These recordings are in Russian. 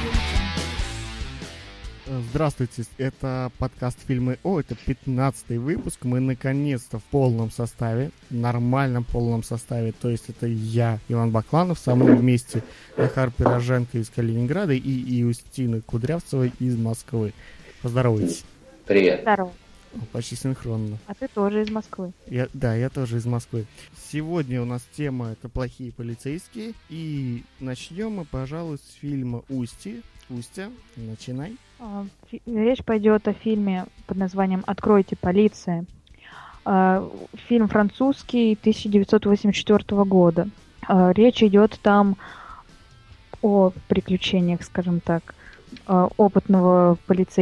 Здравствуйте, это подкаст «Фильмы О», это 15-й выпуск, мы наконец-то в полном составе, нормальном полном составе, то есть это я, Иван Бакланов, со мной вместе Захар Пироженко из Калининграда и Юстина Кудрявцева из Москвы. Поздоровайтесь. Привет. Здорово. Почти синхронно. А ты тоже из Москвы. Я тоже из Москвы. Сегодня у нас тема — это плохие полицейские, и начнем мы, пожалуй, с фильма «Устье». Устья, начинай. Речь пойдет о фильме под названием «Откройте, полиция». Фильм французский 1984 года. Речь идет там о приключениях, скажем так, опытного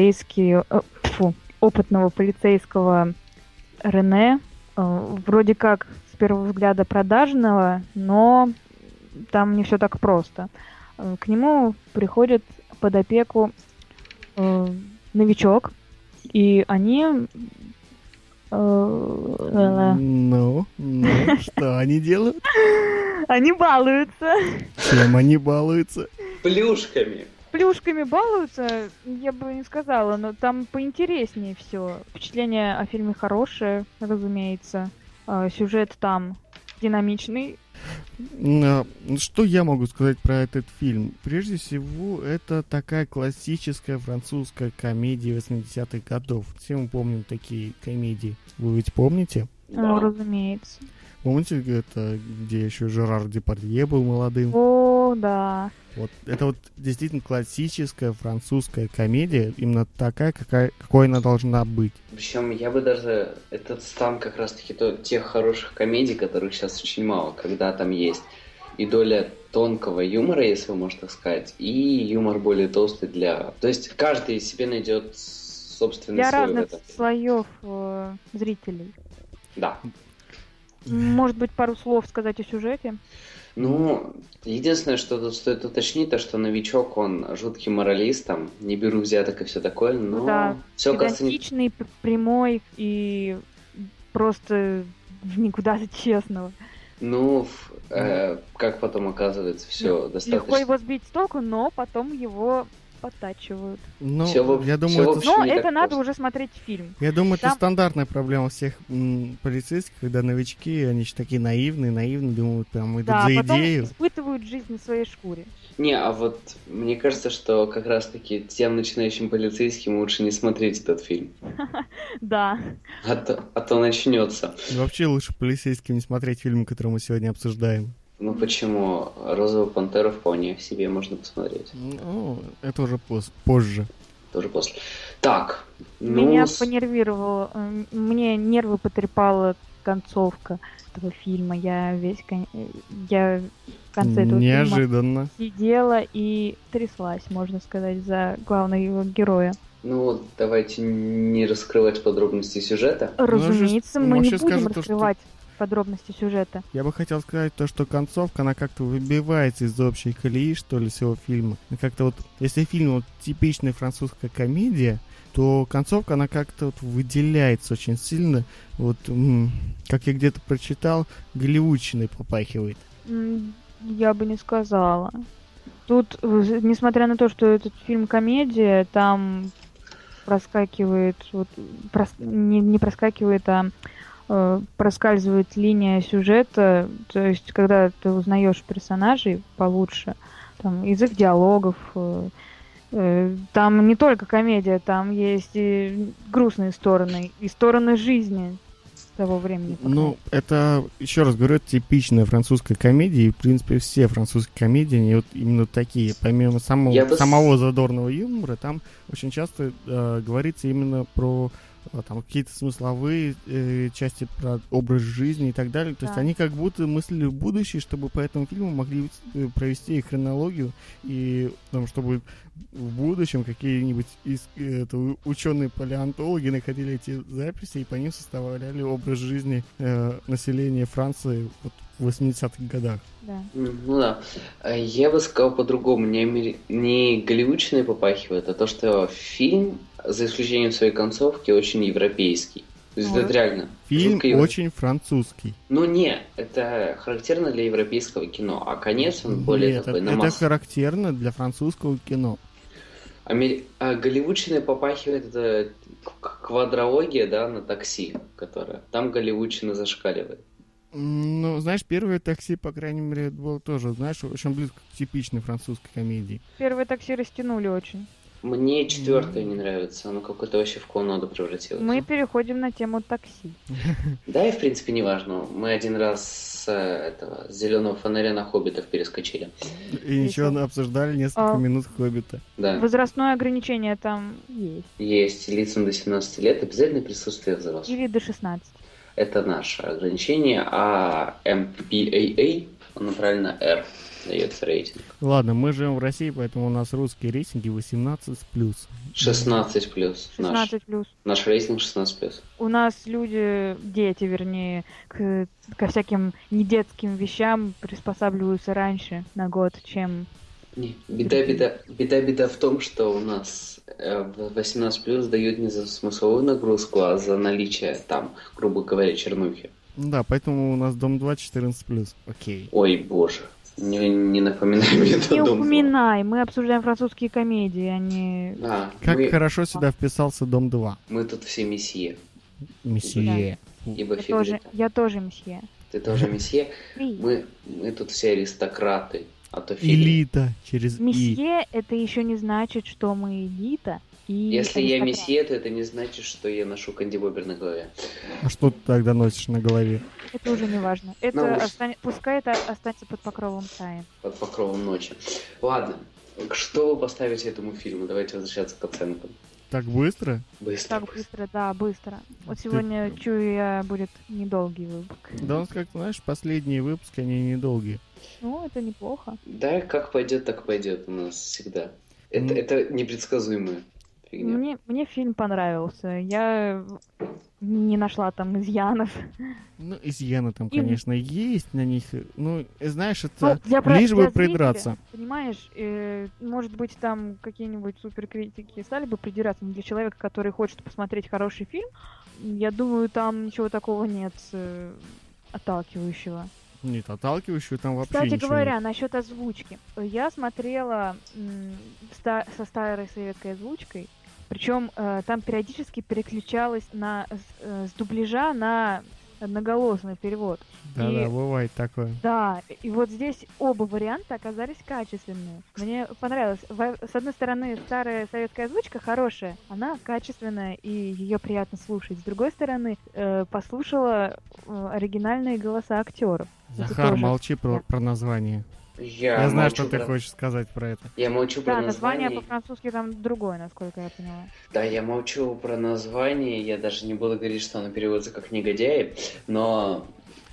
полицейского Рене, вроде как с первого взгляда продажного, но там не все так просто. К нему приходит под опеку новичок, и они... Ну, что они делают? Они балуются. Чем они балуются? Плюшками. Плюшками балуются, я бы не сказала, но там поинтереснее все. Впечатление о фильме хорошее, разумеется. Сюжет там динамичный. Что я могу сказать про этот фильм? Прежде всего, это такая классическая французская комедия 80-х годов. Все мы помним такие комедии. Вы ведь помните? Ну, разумеется. Помните, это где еще Жерар Депардье был молодым? О, да. Вот это вот действительно классическая французская комедия, именно такая, какой она должна быть. Причем я бы даже... Это там как раз-таки тех хороших комедий, которых сейчас очень мало, когда там есть и доля тонкого юмора, если вы можете так сказать, и юмор более толстый для... То есть каждый себе найдет собственный для свой разных слоев зрителей. Да. Может быть, пару слов сказать о сюжете? Ну, единственное, что тут стоит уточнить, то, что новичок, он жуткий моралист, там, не беру взяток и все такое, но да, все кажется... педантичный, прямой и просто никуда честного. Ну, как потом оказывается, все достаточно... Легко его сбить с толку, но потом его подтачивают. Ну, я думаю, но это надо уже смотреть фильм. Я думаю, это стандартная проблема всех полицейских, когда новички, они же такие наивные, думают, прям идут за идею. Потом испытывают жизнь на своей шкуре. Не, а вот мне кажется, что как раз-таки тем начинающим полицейским лучше не смотреть этот фильм. Да. А то начнется. Вообще лучше полицейским не смотреть фильмы, которые мы сегодня обсуждаем. Ну почему? «Розовую пантеру» вполне в себе можно посмотреть. Ну, это уже позже. Тоже после. Так, меня понервировало, мне нервы потрепала концовка этого фильма. Я в конце этого неожиданно фильма сидела и тряслась, можно сказать, за главного героя. Ну, давайте не раскрывать подробности сюжета. Разумеется, мы не будем раскрывать подробности сюжета. Я бы хотел сказать то, что концовка, она как-то выбивается из общей колеи, что ли, всего фильма. Как-то вот, если фильм вот типичная французская комедия, то концовка, она как-то вот выделяется очень сильно. Вот, как я где-то прочитал, голливудщиной попахивает. Я бы не сказала. Тут, несмотря на то, что этот фильм комедия, там проскакивает, не проскакивает, а проскальзывает линия сюжета, то есть когда ты узнаешь персонажей получше, там, из их диалогов, там не только комедия, там есть и грустные стороны, и стороны жизни того времени. Ну, это, еще раз говорю, это типичная французская комедия, и, в принципе, все французские комедии, они вот именно такие. Помимо самого задорного юмора, там очень часто говорится именно про там какие-то смысловые части про образ жизни и так далее. То есть они как будто мыслили в будущее, чтобы по этому фильму могли провести их хронологию, и чтобы в будущем какие-нибудь ученые-палеонтологи находили эти записи и по ним составляли образ жизни населения Франции вот в 80-х годах. Да. Ну да. Я бы сказал по-другому. Не голливудщиной попахивает, а то, что фильм, за исключением своей концовки, очень европейский. То есть это реально. Фильм очень французский. Ну не, это характерно для европейского кино, а конец он более такой на массу. Это характерно для французского кино. голливудщина попахивает это квадрология, да, на такси, которая. Там голливудщина зашкаливает. Ну, знаешь, первое такси, по крайней мере, было тоже, знаешь, очень близко к типичной французской комедии. Первое такси растянули очень. Мне четвертое не нравится, оно какое-то вообще в клоунаду превратилось. Мы переходим на тему такси. Да, и в принципе не важно. Мы один раз с зеленого фонаря на Хоббитов перескочили. И ничего, обсуждали несколько минут Хоббита. Да. Возрастное ограничение там есть. Есть. Лицам до 17 лет обязательно присутствие взрослых. Или до 16. Это наше ограничение, а MPAA, он правильно R дается рейтинг. Ладно, мы живем в России, поэтому у нас русские рейтинги 18+. 16+. 16+. Наш рейтинг 16+. У нас дети, вернее, ко всяким недетским вещам приспосабливаются раньше на год, чем... Беда в том, что у нас 18+, дают не за смысловую нагрузку, а за наличие там, грубо говоря, чернухи. Да, поэтому у нас Дом 2 14+. Окей. Ой, боже. Не напоминай мне это. Не упоминай, мы обсуждаем французские комедии, а не... Как хорошо сюда вписался Дом 2. Мы тут все месье. Месье. Я тоже месье. Ты тоже месье? Мы тут все аристократы. Элита через месье это еще не значит, что мы элита. Если я месье, то это не значит, что я ношу кандибобер на голове. А что ты тогда носишь на голове? Это уже не важно. Пускай это останется под покровом тайн. Под покровом ночи. Ладно, что вы поставите этому фильму? Давайте возвращаться к оценкам. Так быстро? Быстро. Да, быстро. Вот сегодня, чую я, будет недолгий выпуск. Да, у нас как-то, знаешь, последние выпуски, они недолгие. Ну, это неплохо. Да, как пойдет, так пойдет у нас всегда. Это непредсказуемая фигня. Мне фильм понравился. Я не нашла там изъянов. Ну, изъяны там, конечно, есть на них. Ну, знаешь, это лишь бы придраться. Понимаешь, может быть, там какие-нибудь суперкритики стали бы придираться, но для человека, который хочет посмотреть хороший фильм, я думаю, там ничего такого нет отталкивающего. Нет, отталкивающего там вообще Кстати ничего говоря, нет. насчет озвучки. Я смотрела со старой советской озвучкой, причем там периодически переключалась с дубляжа на одноголосный перевод. Да, бывает такое. Да, и вот здесь оба варианта оказались качественные. Мне понравилось. С одной стороны, старая советская озвучка хорошая, она качественная, и ее приятно слушать. С другой стороны, послушала оригинальные голоса актеров. Захар, молчи про название. Я знаю, что ты хочешь сказать про это. Я молчу про название. Да, название по-французски там другое, насколько я поняла. Да, я молчу про название, я даже не буду говорить, что оно переводится как «негодяи», но...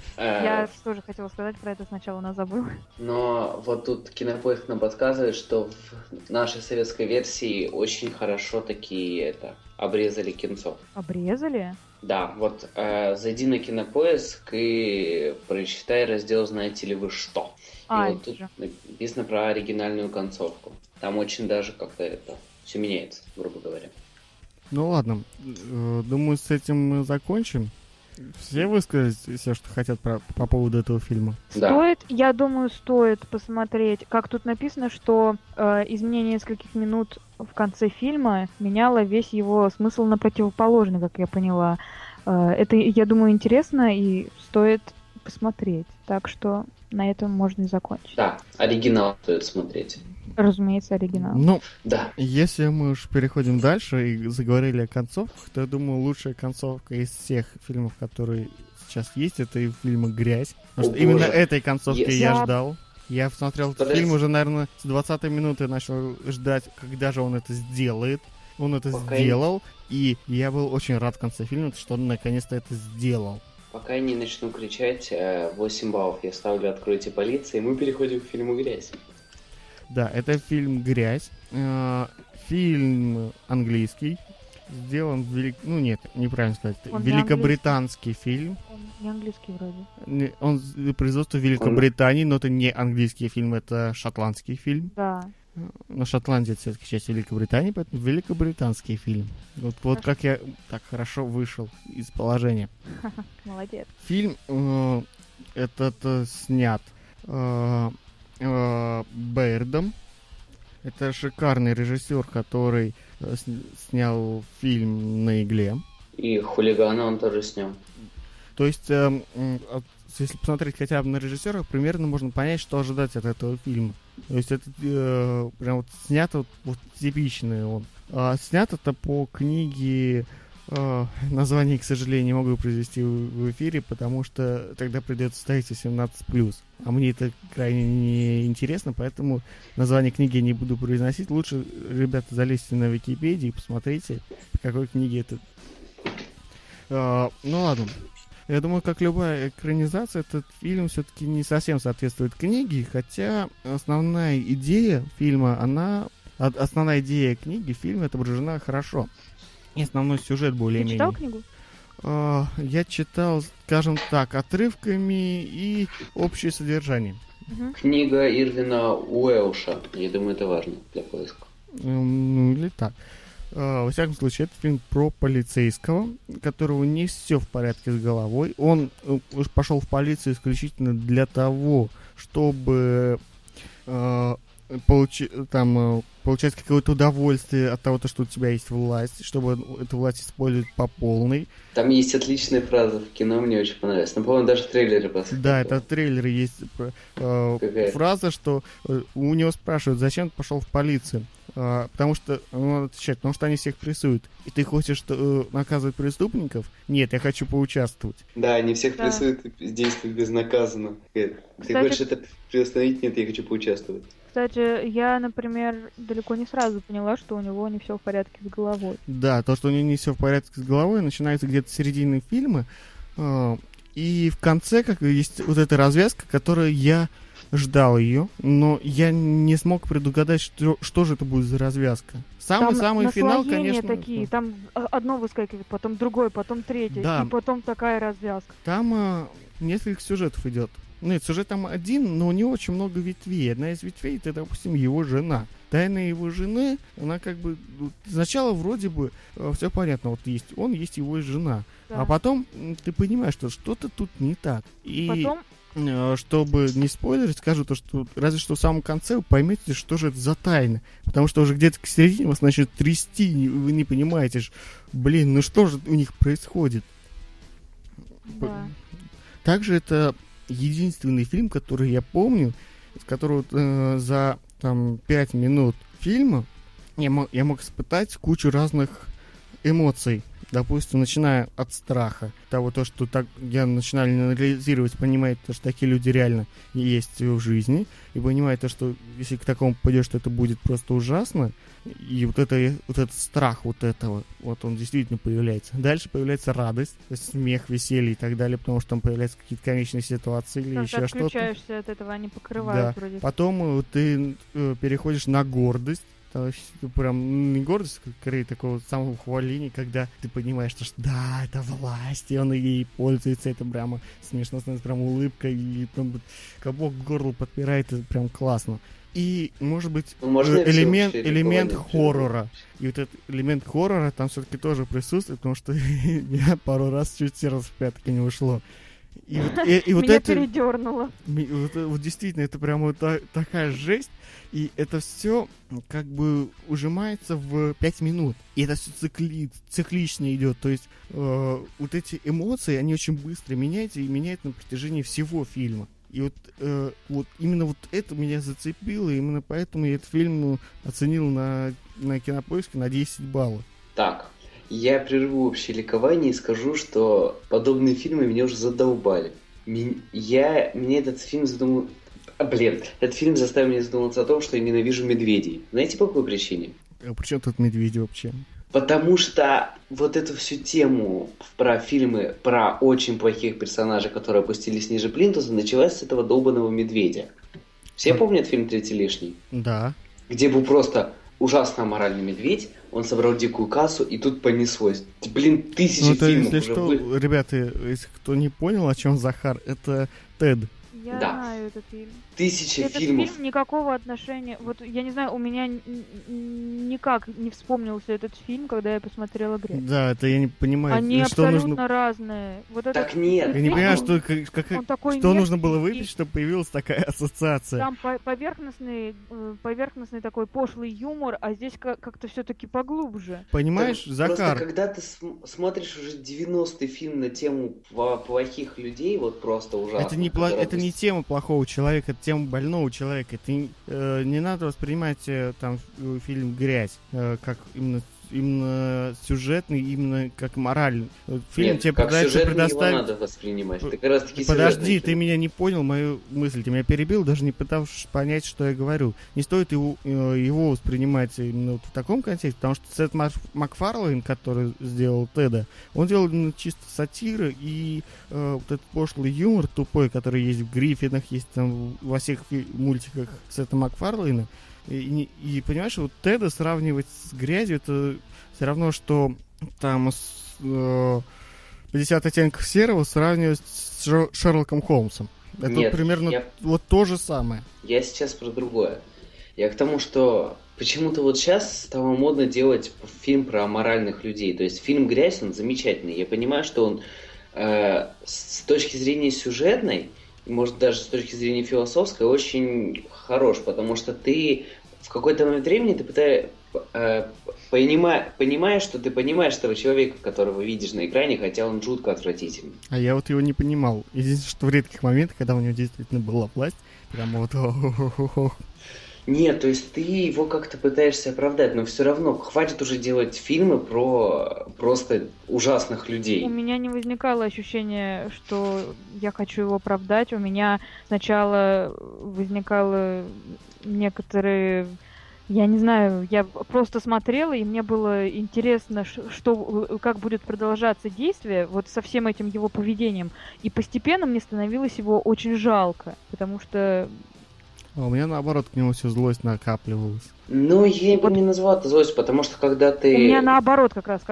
Я тоже хотела сказать про это сначала, но забыла. Но вот тут Кинопоиск нам подсказывает, что в нашей советской версии очень хорошо такие обрезали кинцо. Обрезали? Да, вот зайди на Кинопоиск и прочитай раздел «Знаете ли вы что?». И вот тут написано про оригинальную концовку. Там очень даже как-то все меняется, грубо говоря. Ну ладно, думаю, с этим мы закончим. Все высказали все, что хотят по поводу этого фильма? Да. Я думаю, стоит посмотреть. Как тут написано, что изменение нескольких минут в конце фильма меняло весь его смысл на противоположный, как я поняла. Это, я думаю, интересно и стоит посмотреть. Так что на этом можно и закончить. Да, оригинал стоит смотреть. Разумеется, оригинал. Ну, да. Если мы уж переходим дальше и заговорили о концовках, то я думаю, лучшая концовка из всех фильмов, которые сейчас есть, это и фильм «Грязь». Потому что именно этой концовки я ждал. Я посмотрел этот фильм уже, наверное, с 20-й минуты начал ждать, когда же он это сделает. Он это сделал, и я был очень рад в конце фильма, что он наконец-то это сделал. Пока я не начну кричать, 8 баллов я ставлю «Откройте полиции», и мы переходим к фильму «Грязь». Да, это фильм «Грязь». Фильм английский. Сделан в Ну нет, неправильно сказать. Великобританский фильм. Он не английский вроде. Он производство Великобритании, но это не английский фильм, это шотландский фильм. Да. Но Шотландия это все-таки часть Великобритании, поэтому великобританский фильм. Вот как я так хорошо вышел из положения. Молодец. Фильм этот снят Бейрдом. Это шикарный режиссер, который снял фильм «На игле». И «Хулигана» он тоже снял. То есть, если посмотреть хотя бы на режиссера, примерно можно понять, что ожидать от этого фильма. То есть это прям вот снято вот типичный он. Снято это по книге, название, к сожалению, не могу произвести в эфире, потому что тогда придется ставить 18+. А мне это крайне не интересно, поэтому название книги я не буду произносить. Лучше, ребята, залезьте на Википедию и посмотрите, по какой книге это. Ну ладно. Я думаю, как любая экранизация, этот фильм все-таки не совсем соответствует книге, хотя основная идея фильма, основная идея книги в фильме отображена хорошо. И основной сюжет более-менее. Ты читал книгу? Я читал, скажем так, отрывками и общее содержание. Книга Ирвина Уэлша. Я думаю, это важно для поиска. Ну, или так. Во всяком случае, это фильм про полицейского, которого не все в порядке с головой. Он пошел в полицию исключительно для того, чтобы получать какое-то удовольствие от того, что у тебя есть власть, чтобы эту власть использовать по полной. Там есть отличные фразы в кино, мне очень понравилось. Ну, по-моему, даже в трейлере посмотрел. Да, это в трейлере есть фраза, что у него спрашивают, зачем ты пошел в полицию. Потому что, он отвечает, потому что они всех прессуют. И ты хочешь наказывать преступников? Нет, я хочу поучаствовать. Да, они всех прессуют и действуют безнаказанно. Ты хочешь это приостановить? Нет, я хочу поучаствовать. Кстати, я, например, далеко не сразу поняла, что у него не все в порядке с головой. Да, то, что у него не все в порядке с головой, начинается где-то с середины фильма. И в конце как есть вот эта развязка, которую я ждал ее, но я не смог предугадать, что же это будет за развязка. Самый финал, конечно. Такие, там одно выскакивает, потом другое, потом третье, да. И потом такая развязка. Там несколько сюжетов идет. Нет, сюжет там один, но у него очень много ветвей. Одна из ветвей — это, допустим, его жена. Тайна его жены, она как бы... Сначала вроде бы все понятно, вот есть он, есть его жена. Да. А потом ты понимаешь, что что-то тут не так. И потом... Чтобы не спойлерить, скажу то, что разве что в самом конце вы поймете, что же это за тайна. Потому что уже где-то к середине вас начнет трясти, вы не понимаете, блин, ну что же у них происходит. Да. Также это единственный фильм, который я помню, с которого за 5 минут фильма я мог испытать кучу разных эмоций. Допустим, начиная от страха, того, то, что так я начинаю анализировать, понимать, то, что такие люди реально есть в жизни, и понимать то, что если к такому попадешь, то это будет просто ужасно, и вот этот страх вот этого, вот он действительно появляется. Дальше появляется радость, то есть смех, веселье и так далее, потому что там появляются какие-то комичные ситуации или еще что-то. Ты отключаешься от этого, они покрывают да. вроде. Потом ты переходишь на гордость. Прям не гордость, а скорее такого самоухваления, когда ты понимаешь, что да, это власть, и он ей пользуется, это прямо смешно, становится прям улыбкой, и там кабок к горлу подпирает, это прям классно. И, может быть, элемент хоррора. И вот этот элемент хоррора там все-таки тоже присутствует, потому что я пару раз чуть сердце в пятки не ушло. И вот меня это передернуло. Вот действительно, это прям вот такая жесть. И это все как бы ужимается в 5 минут. И это все циклично идет. То есть вот эти эмоции, они очень быстро меняются и меняют на протяжении всего фильма. И вот именно вот это меня зацепило. И именно поэтому я этот фильм оценил на Кинопоиске на 10 баллов. Так. Я прерву общее ликование и скажу, что подобные фильмы меня уже задолбали. Мне этот фильм задумал... Этот фильм заставил меня задуматься о том, что я ненавижу медведей. Знаете, по какой причине? А при чем тут медведи вообще? Потому что вот эту всю тему про фильмы про очень плохих персонажей, которые опустились ниже плинтуса, началась с этого долбаного медведя. Все помнят фильм «Третий лишний»? Да. Где был просто ужасно аморальный медведь, он собрал дикую кассу, и тут понеслось. Блин, тысячи фильмов если уже что, были. Ребята, если кто не понял, о чем Захар, это Тед. Я знаю этот фильм. 1000 фильмов. Этот фильм никакого отношения... Вот, я не знаю, у меня никак не вспомнился этот фильм, когда я посмотрела «Грязь». Да, это я не понимаю. Они что абсолютно нужно... разные. Вот так нет. Я не понимаю, что нужно было выпить, чтобы появилась такая ассоциация. Там поверхностный такой пошлый юмор, а здесь как-то все-таки поглубже. Понимаешь, так, Захар? Просто когда ты смотришь уже 90-й фильм на тему плохих людей, вот просто ужасно. Это не тема плохого человека, это тема больного человека. Это не надо воспринимать там фильм «Грязь» как именно сюжетный, именно как моральный. Фильм нет, тебе как сюжетный его надо воспринимать. Ты как раз таки подожди, ты меня не понял, мою мысль. Ты меня перебил, даже не пытавшись понять, что я говорю. Не стоит его воспринимать именно вот в таком контексте, потому что Сет Макфарлейн, который сделал Теда, он делал именно чисто сатиры и вот этот пошлый юмор тупой, который есть в Гриффинах, есть там во всех мультиках Сета Макфарлейна. И понимаешь, вот Теда сравнивать с «Грязью» это все равно, что там 50 оттенков серого сравнивать с Шерлоком Холмсом. Это нет, примерно вот то же самое. Я сейчас про другое. Я к тому, что почему-то вот сейчас стало модно делать фильм про аморальных людей. То есть фильм «Грязь», он замечательный. Я понимаю, что он с точки зрения сюжетной, может, даже с точки зрения философской, очень хорош, потому что ты в какой-то момент времени ты понимаешь, что ты понимаешь этого человека, которого видишь на экране, хотя он жутко отвратительный. А я вот его не понимал. Единственное, что в редких моментах, когда у него действительно была власть, прямо вот... Нет, то есть ты его как-то пытаешься оправдать, но все равно хватит уже делать фильмы про просто ужасных людей. У меня не возникало ощущения, что я хочу его оправдать. У меня сначала возникало некоторые... Я не знаю, я просто смотрела, и мне было интересно, как будет продолжаться действие вот со всем этим его поведением. И постепенно мне становилось его очень жалко, потому что... А у меня, наоборот, к нему все злость накапливалась. Ну, я бы не назвал это злость, потому что когда ты... У меня наоборот как раз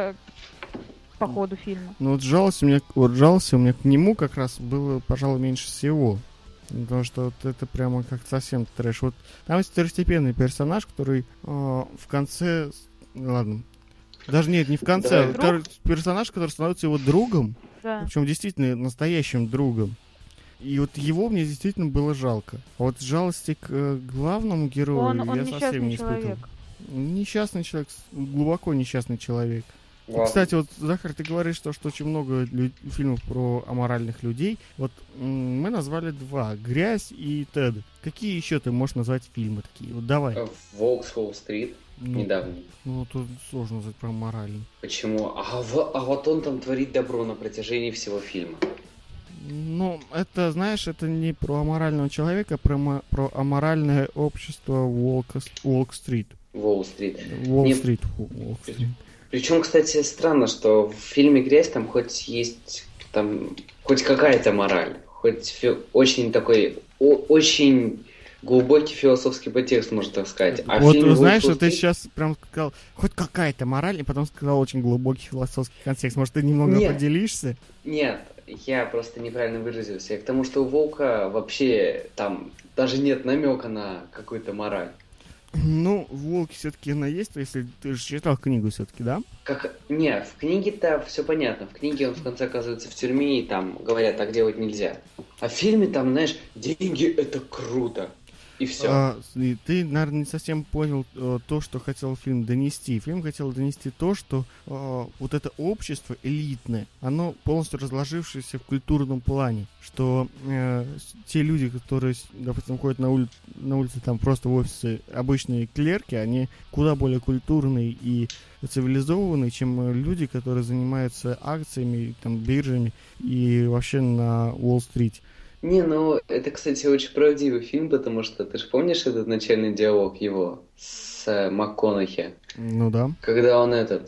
по ходу фильма. Ну, вот жалость у меня к нему как раз было, пожалуй, меньше всего. Потому что вот это прямо как совсем трэш. Вот там есть второстепенный персонаж, который в конце... Ладно. Даже нет, не в конце. Персонаж, который становится его другом. Да. Причем действительно настоящим другом. И вот его мне действительно было жалко. А вот жалости к главному герою я совсем не испытывал. Несчастный человек, глубоко несчастный человек. Кстати, вот, Захар, ты говоришь, что очень много фильмов про аморальных людей. Вот мы назвали 2. «Грязь» и «Тед». Какие еще ты можешь назвать фильмы такие? Вот давай. «Волк с Уолл-стрит» недавно. Ну, тут сложно назвать про аморальный. Почему? А вот он там творит добро на протяжении всего фильма. Ну, это, знаешь, это не про аморального человека, а про аморальное общество Уолл-стрит. Уолл-стрит. Уолл-стрит. Причем, кстати, странно, что в фильме «Грязь» там хоть есть там хоть какая-то мораль, хоть очень такой, очень глубокий философский подтекст, можно так сказать. А вот знаешь, что ты сейчас прям сказал, хоть какая-то мораль, и потом сказал очень глубокий философский контекст. Может, ты немного поделишься? Нет, я просто неправильно выразился. Я к тому, что у «Волка» вообще там даже нет намека на какую-то мораль. Ну, в «Волке» все-таки она есть, если ты же читал книгу все-таки, да? Нет, в книге-то все понятно. В книге он в конце оказывается в тюрьме, и там говорят, так делать нельзя. А в фильме там, знаешь, деньги — это круто. И все. Ты, наверное, не совсем понял то, что хотел фильм донести. Фильм хотел донести то, что вот это общество элитное, оно полностью разложившееся в культурном плане. Что те люди, которые, допустим, ходят на улице, там просто в офисы, обычные клерки, они куда более культурные и цивилизованные, чем люди, которые занимаются акциями, там, биржами и вообще на Уолл-стрит. Не, ну, это, кстати, очень правдивый фильм, потому что ты же помнишь этот начальный диалог его с МакКонахи? Ну да. Когда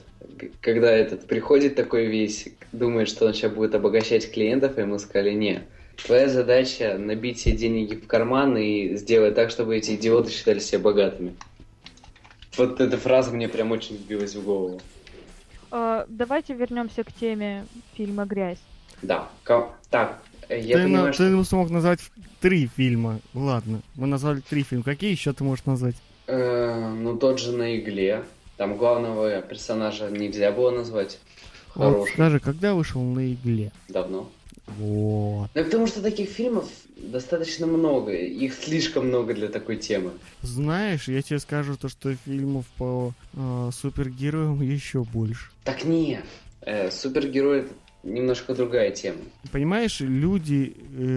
приходит такой весь, думает, что он сейчас будет обогащать клиентов, и ему сказали: нет, твоя задача набить себе деньги в карман и сделать так, чтобы эти идиоты считали себя богатыми. Вот эта фраза мне прям очень вбилась в голову. Давайте вернемся к теме фильма «Грязь». Да. Так, я понимаю, Ты смог назвать 3 фильма. Ладно, мы назвали 3 фильма. Какие еще ты можешь назвать? Тот же «На игле». Там главного персонажа нельзя было назвать хорошим. Вот скажи, когда вышел «На игле»? Давно. Вот. Да потому что таких фильмов достаточно много. Их слишком много для такой темы. Знаешь, я тебе скажу то, что фильмов по супергероям еще больше. Так нет. Супергерой — это немножко другая тема. Понимаешь, люди...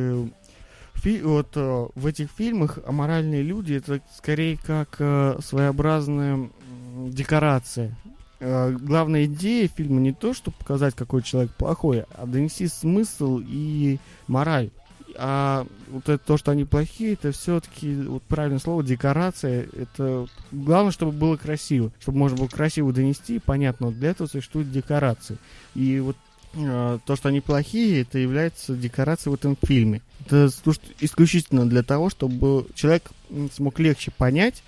в этих фильмах аморальные люди — это скорее как своеобразная декорация. Главная идея фильма не то, чтобы показать, какой человек плохой, а донести смысл и мораль. А вот это то, что они плохие, это все-таки, вот правильное слово, декорация. Это главное, чтобы было красиво. Чтобы можно было красиво донести, понятно, вот для этого существуют декорации. И вот то, что они плохие, это является декорацией в этом фильме. Это исключительно для того, чтобы человек смог легче понять,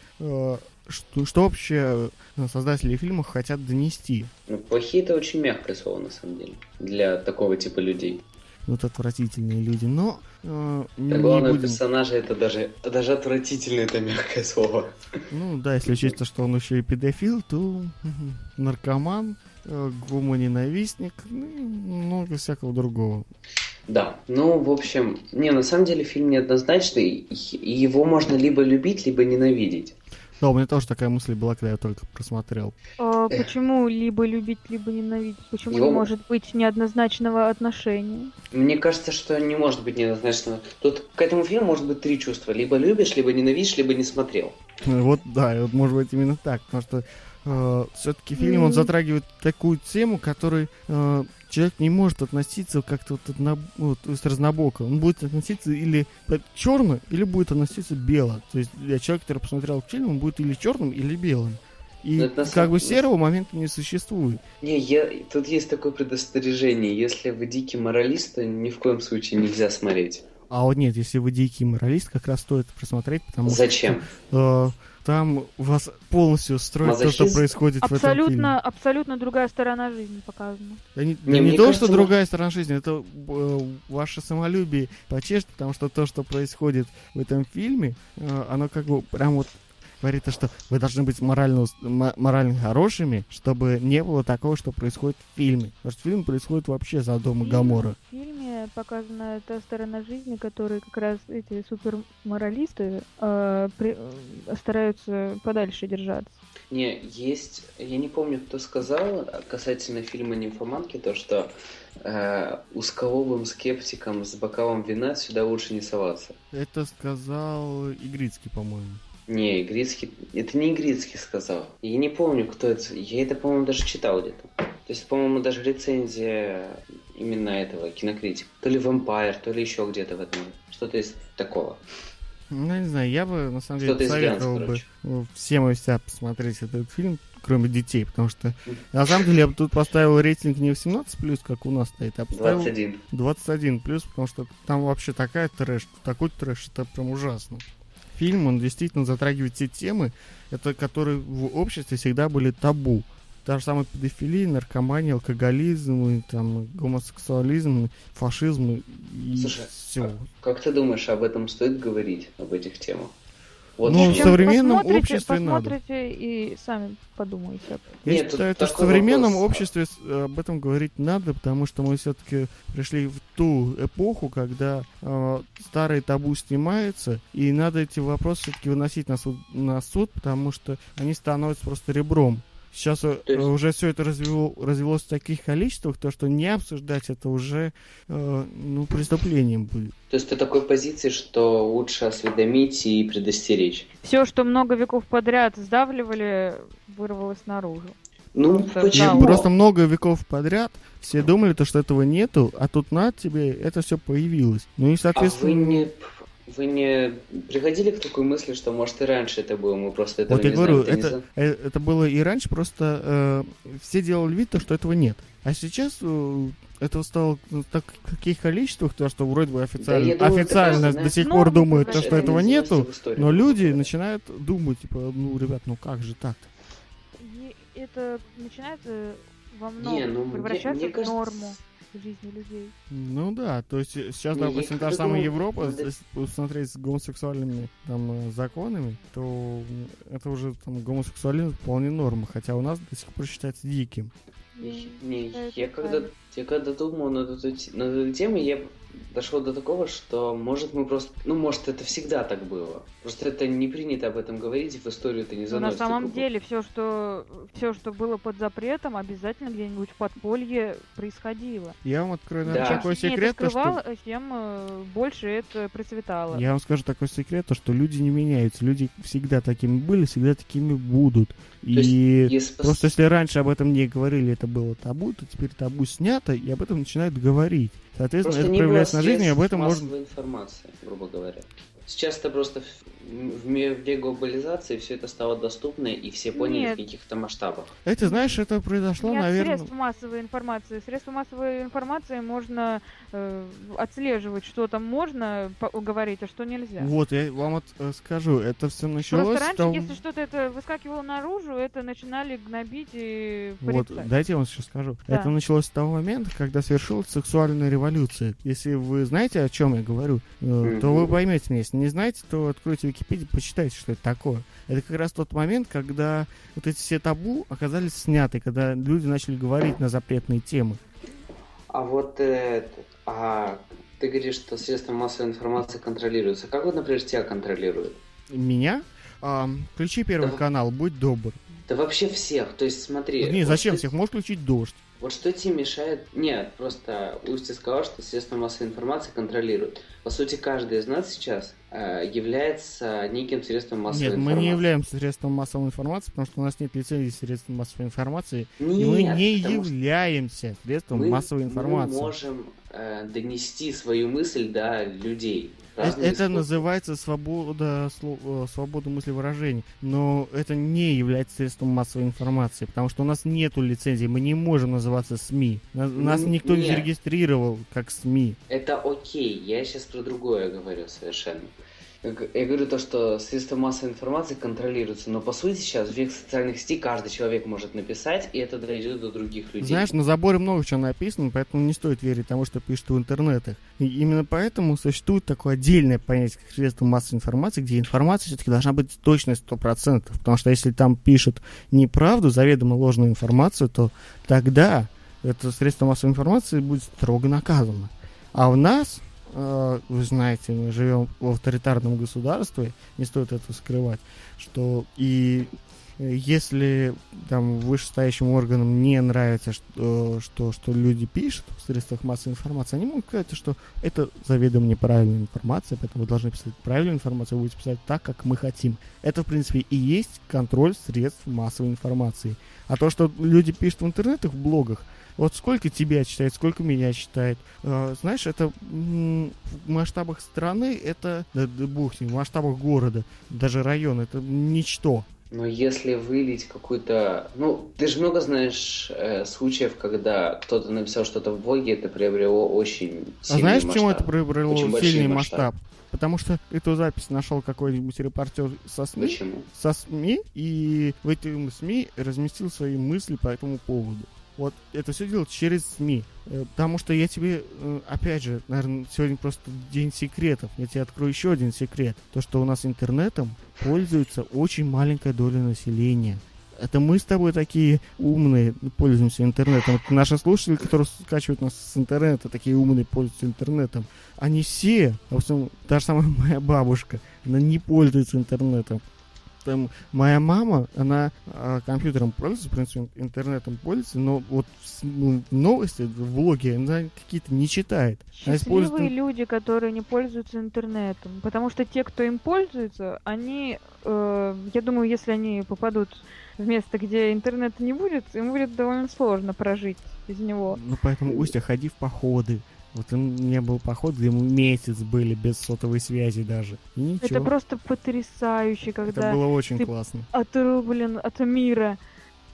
что вообще создатели фильма хотят донести. Плохие — это очень мягкое слово, на самом деле, для такого типа людей. Вот отвратительные люди, но... главного персонажа — это даже отвратительное, это мягкое слово. Ну да, если учесть, что он еще и педофил, то наркоман, гомоненавистник, много всякого другого. Да, в общем, на самом деле фильм неоднозначный, и его можно либо любить, либо ненавидеть. Да, у меня тоже такая мысль была, когда я только просмотрел. Почему либо любить, либо ненавидеть? Почему не может быть неоднозначного отношения? Мне кажется, что не может быть неоднозначного. Тут к этому фильму может быть 3 чувства. Либо любишь, либо ненавидишь, либо не смотрел. Вот да, вот может быть именно так. Потому что все-таки фильм, он затрагивает такую тему, которой человек не может относиться как-то разнобоко. Он будет относиться или черно, или будет относиться бело. То есть для человека, который посмотрел фильм, он будет или черным, или белым. И серого момента не существует. Тут есть такое предостережение. Если вы дикий моралист, то ни в коем случае нельзя смотреть. А вот нет, если вы дикий моралист, как раз стоит просмотреть, потому Зачем? что там вас полностью строит то, что происходит в этом фильме. Абсолютно другая сторона жизни показана. Не то, что другая сторона жизни, это ваше самолюбие почешет, потому что то, что происходит в этом фильме, оно как бы прям вот говорит, что вы должны быть морально хорошими, чтобы не было такого, что происходит в фильме. Потому что фильм происходит вообще за Содом и Гоморра. В фильме показана та сторона жизни, которой как раз эти суперморалисты стараются подальше держаться. Я не помню, кто сказал касательно фильма «Нимфоманки», то, что узколобым скептикам с бокалом вина сюда лучше не соваться. Это сказал Игрицкий, по-моему. Не, Игрицкий... Это не Игрицкий сказал. Я не помню, кто это... Я это, по-моему, даже читал где-то. То есть, по-моему, даже рецензия именно этого кинокритика. То ли Vampire, то ли еще где-то в этом. Что-то из такого. Ну, не знаю, я бы, на самом деле, советовал бы всем и вся посмотреть этот фильм, кроме детей, потому что, на самом деле, я бы тут поставил рейтинг не 18+, как у нас стоит, а поставил 21+, потому что там вообще такой трэш, это прям ужасно. Фильм, он действительно затрагивает те темы, которые в обществе всегда были табу. Та же самая педофилия, наркомания, алкоголизм, и, там, гомосексуализм, фашизм и все. Как ты думаешь, об этом стоит говорить, об этих темах? Вот в современном обществе надо. Посмотрите и сами подумайте. Я считаю, что в современном обществе об этом говорить надо, потому что мы все-таки пришли в ту эпоху, когда старые табу снимаются, и надо эти вопросы все-таки выносить на суд, потому что они становятся просто ребром. Сейчас уже все это развелось в таких количествах, то что не обсуждать это уже преступлением будет. То есть ты такой позиции, что лучше осведомить и предостеречь? Все, что много веков подряд сдавливали, вырвалось наружу. Почему? Просто много веков подряд все думали, что этого нету, а тут на тебе это все появилось. Ну и соответственно... Вы не приходили к такой мысли, что, может, и раньше это было, мы просто этого не знаем? Это было и раньше, просто все делали вид, что этого нет. А сейчас это стало в таких количествах, то, что вроде бы официально до сих пор думают, что этого нету, но люди начинают думать, типа, ребят, как же так-то? Это начинается во многом превращаться в норму жизни людей. Ну да, то есть сейчас, допустим, та же самая Европа, если посмотреть с гомосексуальными там законами, то это уже там гомосексуализм вполне норма, хотя у нас до сих пор считается диким. Я когда думал над этой темой, я дошел до такого, что может мы просто... Ну, может, это всегда так было. Просто это не принято об этом говорить, и в историю это не заносится. Но на самом деле все, что было под запретом, обязательно где-нибудь в подполье происходило. Я вам открою, наверное, такой секрет, что... тем больше это процветало. Я вам скажу такой секрет, что люди не меняются. Люди всегда такими были, всегда такими будут. И просто если раньше об этом не говорили, это было табу, то теперь табу снято, и об этом начинают говорить. Соответственно, просто это проявляется на жизни, и об этом можно... массовой информации, грубо говоря. Сейчас это просто в мире глобализации все это стало доступно, и все поняли в каких-то масштабах. Это, знаешь, это произошло, наверное... Средств массовой информации. Средства массовой информации можно отслеживать, что там можно говорить, а что нельзя. Вот, я вам скажу, это все началось... Просто раньше, если что-то это выскакивало наружу, это начинали гнобить и порицать. Вот, дайте я вам сейчас скажу. Да. Это началось с того момента, когда совершилась сексуальная революция. Если вы знаете, о чем я говорю, то вы поймете меня. Если не знаете, то откройте Википедию, почитайте, что это такое. Это как раз тот момент, когда вот эти все табу оказались сняты, когда люди начали говорить на запретные темы. А вот ты говоришь, что средства массовой информации контролируются. Как вот, например, тебя контролируют? Меня? Включи Первый канал, будь добр. Да вообще всех. То есть смотри... Не, зачем всех? Можешь включить Дождь. Вот что тебе мешает... Нет, просто Устья сказал, что средства массовой информации контролируют. По сути, каждый из нас сейчас является неким средством массовой информации. Нет, мы не являемся средством массовой информации, потому что у нас нет лицензии средств массовой информации. Нет, и мы не являемся средством массовой информации. Мы можем донести свою мысль до людей. Это называется свобода мыслевыражения, но это не является средством массовой информации, потому что у нас нету лицензии, мы не можем называться СМИ. Нас никто не зарегистрировал как СМИ. Это окей, я сейчас про другое говорю совершенно. Я говорю то, что средства массовой информации контролируются, но по сути сейчас в век социальных сетей каждый человек может написать, и это дойдет до других людей. Знаешь, на заборе много чего написано, поэтому не стоит верить тому, что пишут в интернетах. И именно поэтому существует такое отдельное понятие, как средства массовой информации, где информация все-таки должна быть точной 100%, потому что если там пишут неправду, заведомо ложную информацию, то тогда это средство массовой информации будет строго наказано. А у нас... Вы знаете, мы живем в авторитарном государстве, не стоит это скрывать, что и если там вышестоящим органам не нравится, что люди пишут в средствах массовой информации, они могут сказать, что это заведомо неправильная информация, поэтому вы должны писать правильную информацию, вы будете писать так, как мы хотим. Это, в принципе, и есть контроль средств массовой информации. А то, что люди пишут в интернетах, в блогах, вот сколько тебя читает, сколько меня читает. Знаешь, это в масштабах страны, это, да бог с ним, в масштабах города, даже района, это ничто. Но если вылить какую-то... Ну, ты же много знаешь случаев, когда кто-то написал что-то в блоге, это приобрело очень сильный масштаб. А знаешь, почему это приобрело сильный масштаб? Потому что эту запись нашел какой-нибудь репортер со СМИ. Почему? Со СМИ, и в этих СМИ разместил свои мысли по этому поводу. Вот это все делать через СМИ. Потому что я тебе, опять же, наверное, сегодня просто день секретов. Я тебе открою еще один секрет. То, что у нас интернетом пользуется очень маленькая доля населения. Это мы с тобой такие умные пользуемся интернетом. Это наши слушатели, которые скачивают нас с интернета, такие умные пользуются интернетом. Они все, допустим, даже самая моя бабушка, она не пользуется интернетом. Там, моя мама, она компьютером пользуется, в принципе, интернетом пользуется, но вот новости в блоге она какие-то не читает. Счастливые люди, которые не пользуются интернетом, потому что те, кто им пользуется, они, я думаю, если они попадут в место, где интернета не будет, им будет довольно сложно прожить без него. Ну, поэтому, Устья, ходи в походы. Вот у меня был поход, где мы месяц были без сотовой связи даже. И ничего. Это просто потрясающе, когда это было очень классно. Отрублен от мира.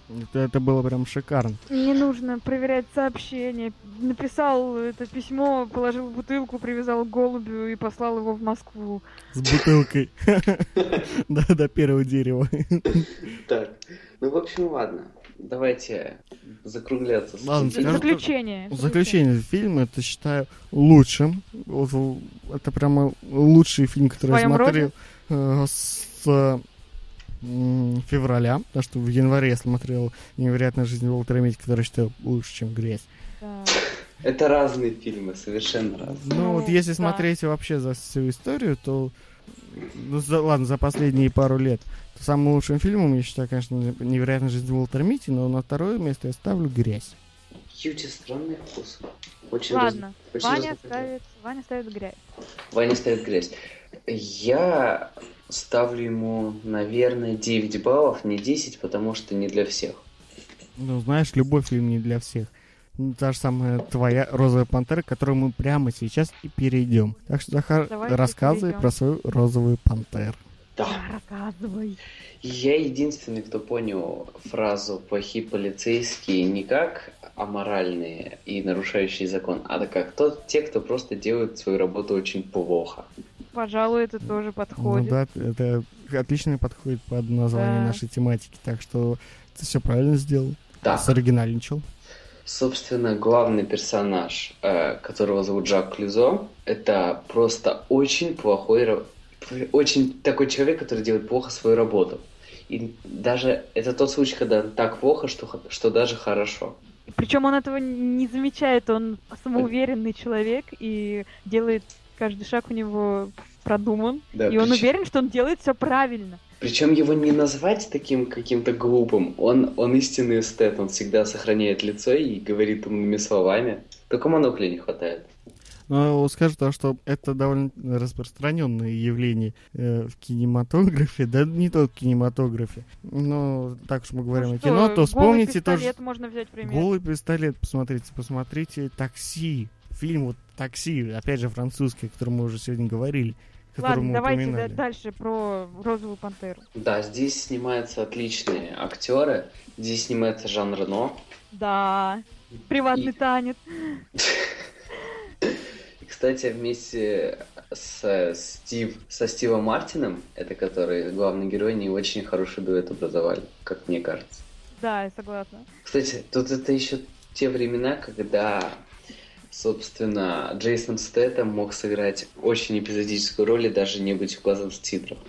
Это было прям шикарно. Не нужно проверять сообщения. Написал это письмо, положил в бутылку, привязал к голубю и послал его в Москву. С бутылкой. До первого дерева. Так, ну в общем, ладно. Давайте закругляться. Ладно, Заключение. Заключение фильма, это считаю лучшим. Это прямо лучший фильм, который я смотрел с февраля, потому что в январе я смотрел «Невероятная жизнь Уолтера Митти», который считаю лучше, чем «Грязь». Да. Это разные фильмы, совершенно разные. Ну вот если смотреть вообще за всю историю, то, ладно, за последние пару лет, то самым лучшим фильмом я считаю, конечно, «Невероятная жизнь Уолтера Митти», но на второе место я ставлю «Грязь». Кьюти, странный вкус. Очень Ладно, очень Ваня ставит «Грязь». Ваня ставит «Грязь». Я ставлю ему, наверное, 9 баллов, не 10, потому что не для всех. Ну, знаешь, любой фильм не для всех. Та же самая твоя «Розовая пантера», к которой мы прямо сейчас и перейдем. Так что, Захар, рассказывай про свою «Розовую пантеру». Да, рассказывай. Я единственный, кто понял фразу «плохие полицейские» не как аморальные и нарушающие закон, а как те, кто просто делают свою работу очень плохо. Пожалуй, это тоже подходит. Ну да, это отлично подходит под название нашей тематики, так что ты все правильно сделал. Да. Соригинальничал. Собственно, главный персонаж, которого зовут Жак Клюзо, это просто очень такой человек, который делает плохо свою работу. И даже это тот случай, когда так плохо, что даже хорошо. Причем он этого не замечает, он самоуверенный человек и делает каждый шаг у него продуман, да, и он уверен, что он делает все правильно. Причем его не назвать таким каким-то глупым, он истинный эстет, он всегда сохраняет лицо и говорит умными словами. Только монокля не хватает. Ну, скажу то, что это довольно распространенное явление в кинематографе, да не только в кинематографе. Но так уж мы говорим о кино, то вспомните тоже... «Голый пистолет» можно взять пример. «Голый пистолет», посмотрите «Такси». Фильм вот «Такси», опять же французский, о котором мы уже сегодня говорили. Ладно, давайте дальше про «Розовую пантеру». Да, здесь снимаются отличные актеры. Здесь снимается Жан Рено. Да, приватный танец. Кстати, вместе со Стивом Мартином, это который главный герой, они очень хороший дуэт образовали, как мне кажется. Да, я согласна. Кстати, тут это еще те времена, когда, собственно, Джейсон Стэттем мог сыграть очень эпизодическую роль и даже не быть указан в титрах.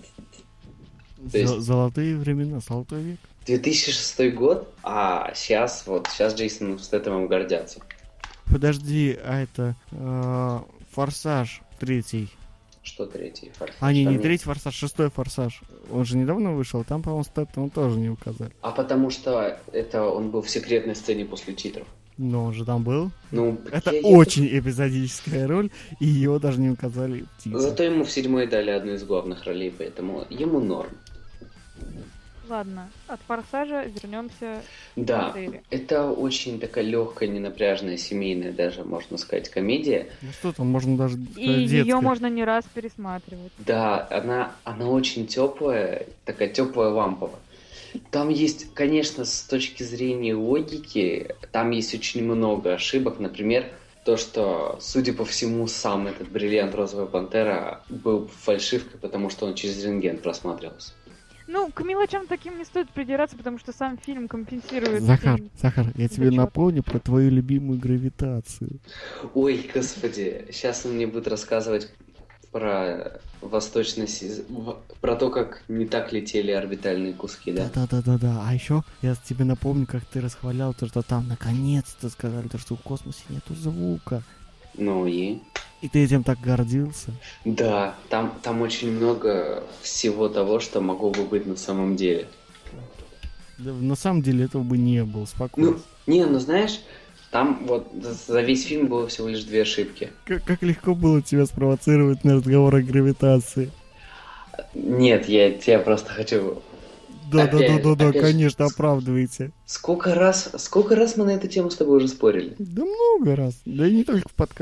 Золотые времена, золотой век. 2006 год, а сейчас Джейсоном Стэттемом гордятся. Подожди, а это «Форсаж» 3. Что 3? «Форсаж»? А, не 3 «Форсаж», 6 «Форсаж». Он же недавно вышел, там, по-моему, Стэттема тоже не указали. А потому что он был в секретной сцене после титров. Но он же там был. Ну, это очень эпизодическая роль, и его даже не указали в титрах. Зато ему в 7 дали одну из главных ролей, поэтому ему норм. Ладно, от «Форсажа» вернемся к «Пантере». Это очень такая легкая, ненапряжная, семейная даже, можно сказать, комедия. Ну что там, можно даже и ее можно не раз пересматривать. Да, она очень теплая, такая теплая ламповая. Там есть, конечно, с точки зрения логики, там есть очень много ошибок. Например, то, что, судя по всему, сам этот бриллиант «Розовая пантера» был фальшивкой, потому что он через рентген просматривался. Ну, к мелочам таким не стоит придираться, потому что сам фильм компенсирует... Захар, я тебе напомню про твою любимую «Гравитацию». Ой, господи, сейчас он мне будет рассказывать про про то, как не так летели орбитальные куски, да? Да. А еще я тебе напомню, как ты расхвалял то, что там наконец-то сказали, что в космосе нету звука. Ну и? И ты этим так гордился? Да, там очень много всего того, что могло бы быть на самом деле. Да, на самом деле этого бы не было, спокойно. Ну знаешь, там вот за весь фильм было всего лишь 2 ошибки. Как легко было тебя спровоцировать на разговор о гравитации. Нет, я тебя просто хочу... Да, конечно, оправдывайте. Сколько раз мы на эту тему с тобой уже спорили? Да много раз, да и не только в подкасте.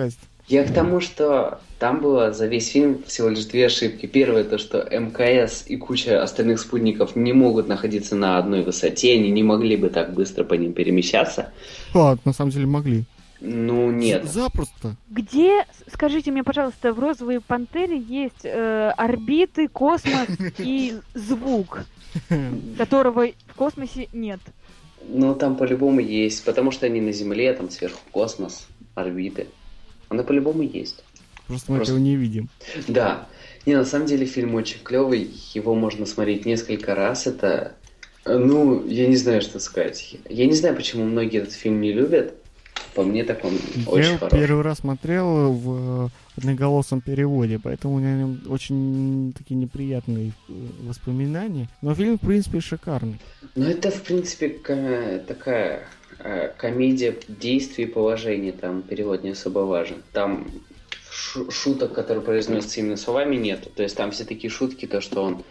Я к тому, что там было за весь фильм всего лишь 2 ошибки. Первое, то, что МКС и куча остальных спутников не могут находиться на одной высоте, они не могли бы так быстро по ним перемещаться. На самом деле могли. Ну, нет. Запросто. Где, скажите мне, пожалуйста, в «Розовой пантере» есть орбиты, космос и звук, которого в космосе нет? Ну, там по-любому есть, потому что они на Земле, там сверху космос, орбиты. Оно по-любому есть. Просто мы этого не видим. Да. Не, на самом деле фильм очень клевый, его можно смотреть несколько раз. Это, ну, я не знаю, что сказать. Я не знаю, почему многие этот фильм не любят. По мне, так он очень хороший. Я первый раз смотрел в одноголосом переводе, поэтому у меня о нем очень такие неприятные воспоминания. Но фильм, в принципе, шикарный. Ну, это, в принципе, такая комедия действий и положений. Там перевод не особо важен. Там шуток, которые произносятся именно словами, нет. То есть там все такие шутки, то, что он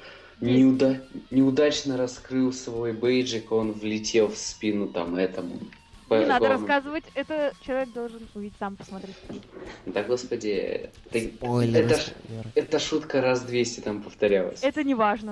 неудачно раскрыл свой бейджик, он влетел в спину там этому. Не надо рассказывать, это человек должен увидеть сам, посмотреть. Да, господи, эта шутка раз 200 там повторялась. Это не важно.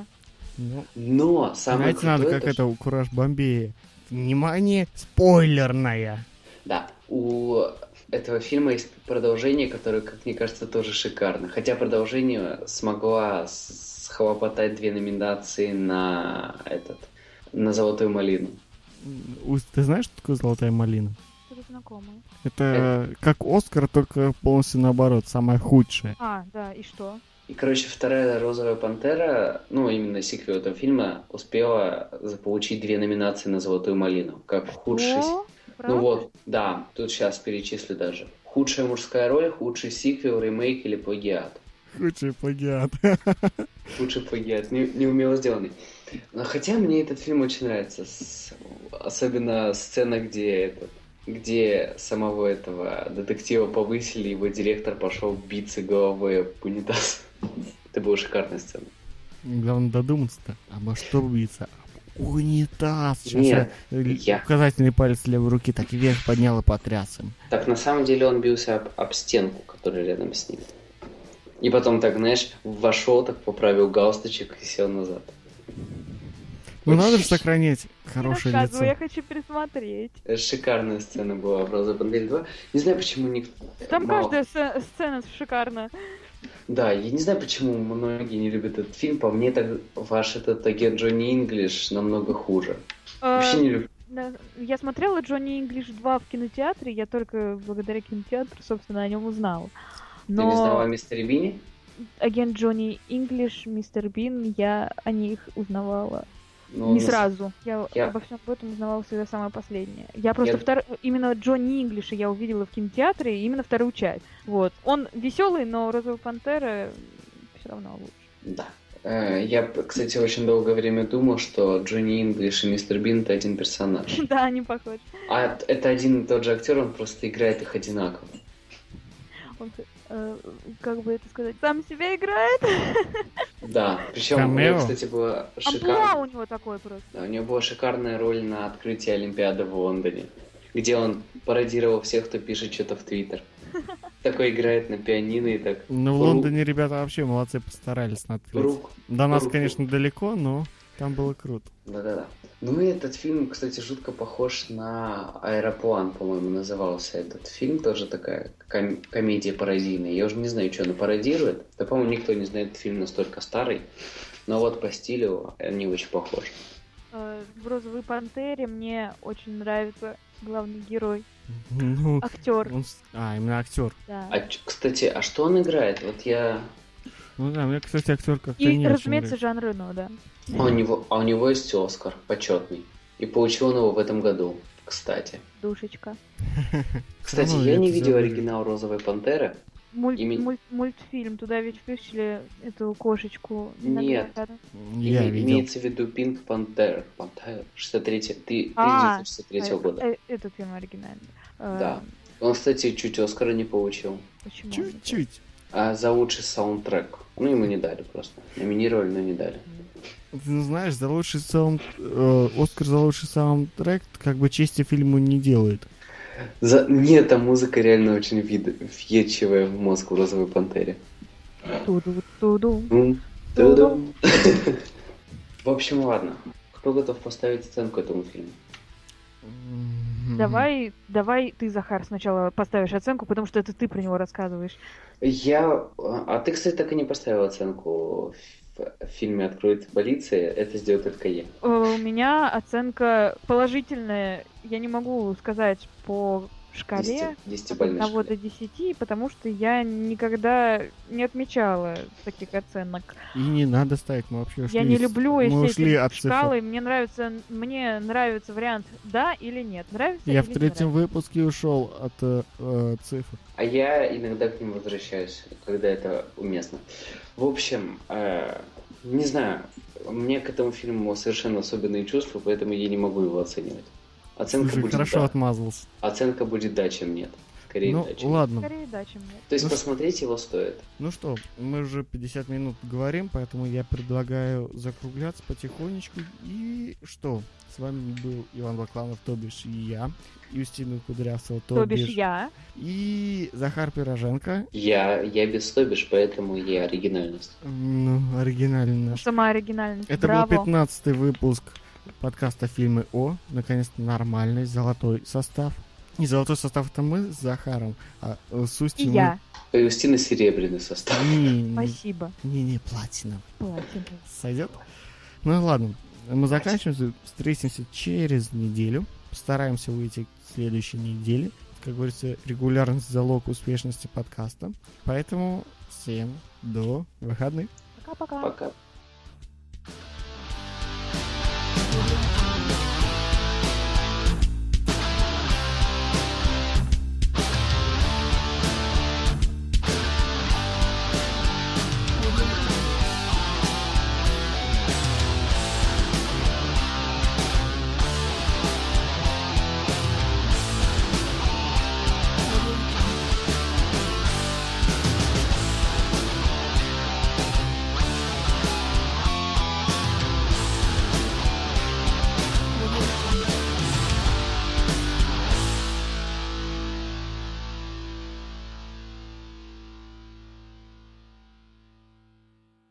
Но самое крутое... Знаете, надо как это у Кураж Бомбея. Внимание, спойлерная. Да, у этого фильма есть продолжение, которое, как мне кажется, тоже шикарно. Хотя продолжение смогла схлопотать 2 номинации на «Золотую малину». Ты знаешь, что такое «Золотая малина»? Что-то знакомое. Это как «Оскар», только полностью наоборот, самое худшее. Да, и что? И, короче, вторая «Розовая пантера», ну, именно сиквел этого фильма, успела заполучить 2 номинации на «Золотую малину». Как худший... Правда? Ну вот, да, тут сейчас перечислю даже. Худшая мужская роль, худший сиквел, ремейк или плагиат. Худший плагиат. Худший плагиат, неумело сделанный. Но хотя мне этот фильм очень нравится. Особенно сцена, где самого этого детектива повысили, его директор пошел биться головой об унитаз. Это была шикарная сцена. Главное додуматься-то, обо что биться? Унитаз. Сейчас я указательный палец левой руки так вверх поднял и потряс им. Так, на самом деле он бился об стенку, которая рядом с ним. И потом так, знаешь, вошел, так поправил галстучек и сел назад. Ну надо же сохранять хорошее лицо. Я хочу пересмотреть. Шикарная сцена была в «Розовой пантере 2». Не знаю, почему никто... Там каждая сцена шикарная. Да, я не знаю, почему многие не любят этот фильм. По мне, так ваш этот агент Джонни Инглиш намного хуже. Вообще не люблю. Я смотрела «Джонни Инглиш 2» в кинотеатре, я только благодаря кинотеатру, собственно, о нем узнала. Но... Ты не знала о Мистере Бине? Агент Джонни Инглиш, Мистер Бин, я о них узнавала. Не сразу. Я обо всем об этом узнавала всегда самое последнее. Я просто именно Джонни Инглиша я увидела в кинотеатре, именно вторую часть. Вот. Он веселый, но «Розовая пантера» все равно лучше. Да. Я, кстати, очень долгое время думал, что Джонни Инглиш и Мистер Бин — это один персонаж. Да, они похожи. А это один и тот же актер, он просто играет их одинаково. Он, как бы это сказать, сам себя играет. Да, причем у него, кстати, была шикарная... Амплуа у него такой просто. Да, у него была шикарная роль на открытии Олимпиады в Лондоне, где он пародировал всех, кто пишет что-то в Твиттер. Такой играет на пианино и так... Ну, в Лондоне ребята вообще молодцы, постарались на открытии. До нас, конечно, далеко, но там было круто. Да-да-да. Ну и этот фильм, кстати, жутко похож на «Аэроплан», по-моему, назывался этот фильм. Тоже такая комедия пародийная. Я уже не знаю, что она пародирует. Да, по-моему, никто не знает, этот фильм настолько старый. Но вот по стилю они очень похожи. В «Розовой пантере» мне очень нравится главный герой. Ну, актер. Именно актер. Да. Кстати, а что он играет? Вот я... Ну да, мне, кстати, актер как-то и, не разумеется, очень Жан Рено, да. А у него есть Оскар почетный. И получил он его в этом году, кстати. Душечка. Кстати, я не видел оригинал «Розовой пантеры». Мультфильм, туда ведь включили эту кошечку. Нет. Я видел. Имеется в виду Pink Panther. 1963 года. Этот фильм оригинальный. Да. Он, кстати, чуть Оскара не получил. Почему? Чуть-чуть. За лучший саундтрек. Ну, ему не дали просто. Номинировали, но не дали. Ты знаешь, за лучший Оскар за лучший саундтрек как бы чести фильму не делает. Нет, там музыка реально очень въедчивая в мозг в «Розовой пантере». Туду. В общем, ладно. Кто готов поставить оценку этому фильму? Давай ты, Захар, сначала поставишь оценку, потому что это ты про него рассказываешь. А ты, кстати, так и не поставил оценку в фильме «Откроет полиция». Это сделает только я. У меня оценка положительная. Я не могу сказать по шкале от 1 до 10, потому что я никогда не отмечала таких оценок. И не надо ставить, мы вообще ушли. Я не люблю эти шкалы. Мне нравится вариант «да» или «нет». Нравится я или в 3-м выпуске ушел от цифр. А я иногда к ним возвращаюсь, когда это уместно. В общем, не знаю, мне к этому фильму совершенно особенные чувства, поэтому я не могу его оценивать. Оценка Слушай, будет хорошо да. отмазался. Оценка будет да, чем нет. Скорее да, чем ладно. Скорее да, чем нет. То есть посмотреть его стоит. Ну что, мы уже 50 минут говорим, поэтому я предлагаю закругляться потихонечку. И что? С вами был Иван Бакланов, то бишь и я, Юстина Кудрявцева, то бишь я, и Захар Пироженко. Я без то бишь, поэтому я оригинальность. Ну, оригинальность. Сама оригинальность. Это Браво. был 15-й выпуск подкаста «Фильмы О». Наконец-то нормальный, золотой состав. Не золотой состав это мы с Захаром, а с Устиной. И я. У Устины серебряный состав. Спасибо. Не, платиновый. Платиновый. Сойдет? Ну ладно, мы заканчиваем, встретимся через неделю. Постараемся выйти к следующей неделе. Как говорится, регулярность залог успешности подкаста. Поэтому всем до выходных. Пока-пока. Пока.